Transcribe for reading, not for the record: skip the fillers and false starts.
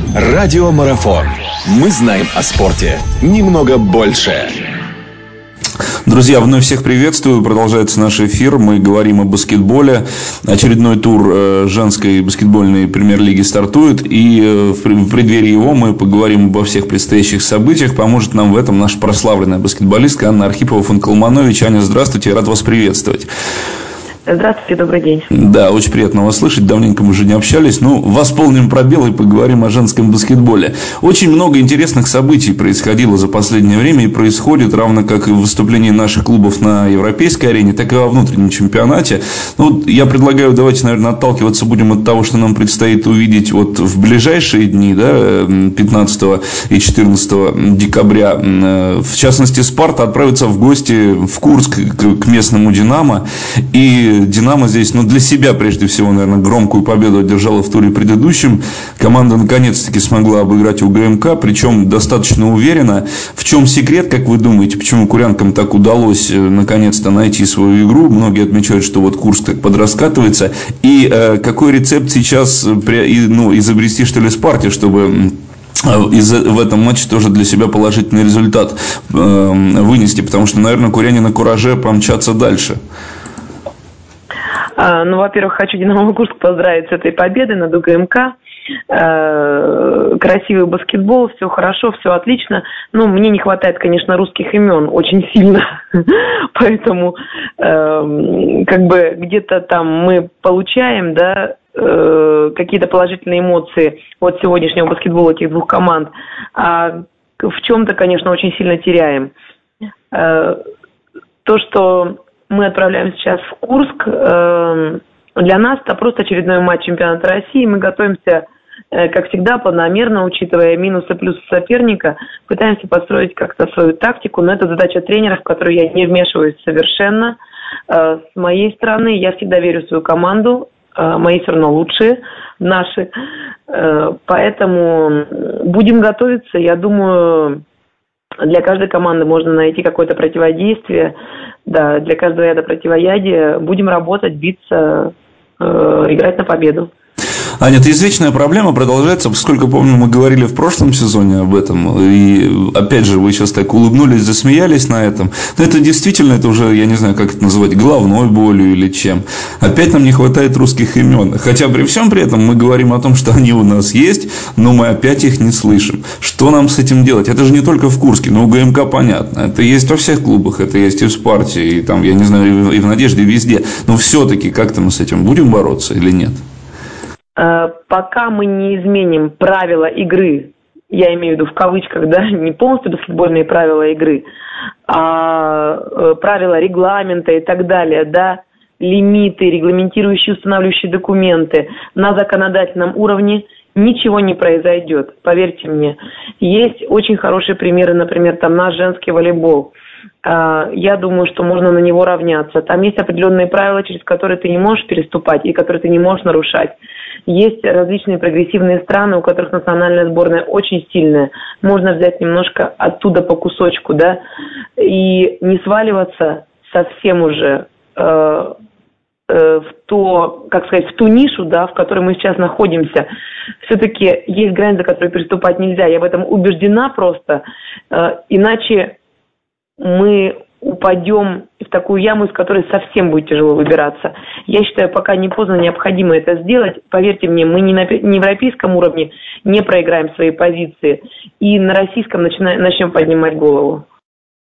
Радиомарафон. Мы знаем о спорте немного больше. Друзья, вновь всех приветствую. Продолжается наш эфир. Мы говорим о баскетболе. Очередной тур женской баскетбольной премьер-лиги стартует. И в преддверии его мы поговорим обо всех предстоящих событиях. Поможет нам в этом наша прославленная баскетболистка Анна Архипова фон Колманович. Аня, здравствуйте. Рад вас приветствовать. Здравствуйте, добрый день. Да, очень приятно вас слышать. Давненько мы уже не общались. Восполним пробел и поговорим о женском баскетболе. Очень много интересных событий происходило за последнее время и происходит, равно как и в выступлении наших клубов на европейской арене, так и во внутреннем чемпионате. Я предлагаю, давайте, наверное, отталкиваться будем от того, что нам предстоит увидеть в ближайшие дни, 15 и 14 декабря. В частности, «Спарта» отправится в гости в Курск к местному «Динамо». И «Динамо» здесь, для себя, прежде всего, наверное, громкую победу одержала в туре предыдущем. Команда, наконец-таки, смогла обыграть УГМК, причем достаточно уверенно. В чем секрет, как вы думаете, почему курянкам так удалось, наконец-то, найти свою игру? Многие отмечают, что Курск так подраскатывается. И какой рецепт сейчас изобрести, что ли, «Спарте», чтобы в этом матче тоже для себя положительный результат вынести? Потому что, наверное, куряне на кураже помчатся дальше. Во-первых, хочу «Динамо Курск» поздравить с этой победой над УГМК. Красивый баскетбол, все хорошо, все отлично. Мне не хватает, конечно, русских имен очень сильно. Поэтому где-то там мы получаем, какие-то положительные эмоции от сегодняшнего баскетбола этих двух команд. А в чем-то, конечно, очень сильно теряем. То, что мы отправляемся сейчас в Курск, для нас это просто очередной матч чемпионата России. Мы готовимся, как всегда, планомерно, учитывая минусы и плюсы соперника. Пытаемся построить как-то свою тактику, но это задача тренера, в которую я не вмешиваюсь совершенно. С моей стороны, я всегда верю в свою команду. Мои все равно лучшие, наши. Поэтому будем готовиться. Я думаю, для каждой команды можно найти какое-то противодействие. Да, для каждого яда противоядия. Будем работать, биться, играть на победу. Аня, это извечная проблема, продолжается, поскольку, помню, мы говорили в прошлом сезоне об этом, и опять же, вы сейчас так улыбнулись, засмеялись на этом, но это действительно, это уже, я не знаю, как это называть, головной болью или чем. Опять нам не хватает русских имен, хотя при всем при этом мы говорим о том, что они у нас есть, но мы опять их не слышим. Что нам с этим делать? Это же не только в Курске, но у ГМК понятно, это есть во всех клубах, это есть и в «Спарте», и там, я не знаю, и в «Надежде», и везде, но все-таки как-то мы с этим будем бороться или нет? Пока мы не изменим правила игры, я имею в виду в кавычках, не полностью баскетбольные правила игры, а правила регламента и так далее, лимиты, регламентирующие, устанавливающие документы на законодательном уровне, ничего не произойдет, поверьте мне. Есть очень хорошие примеры, например, наш женский волейбол. Я думаю, что можно на него равняться. Там есть определенные правила, через которые ты не можешь переступать и которые ты не можешь нарушать. Есть различные прогрессивные страны, у которых национальная сборная очень сильная. Можно взять немножко оттуда по кусочку, и не сваливаться совсем уже в ту нишу, в которой мы сейчас находимся. Все-таки есть грань, за которую переступать нельзя. Я в этом убеждена просто. Иначе мы упадем в такую яму, из которой совсем будет тяжело выбираться. Я считаю, пока не поздно, необходимо это сделать. Поверьте мне, мы не на европейском уровне не проиграем свои позиции. И на российском начнем поднимать голову.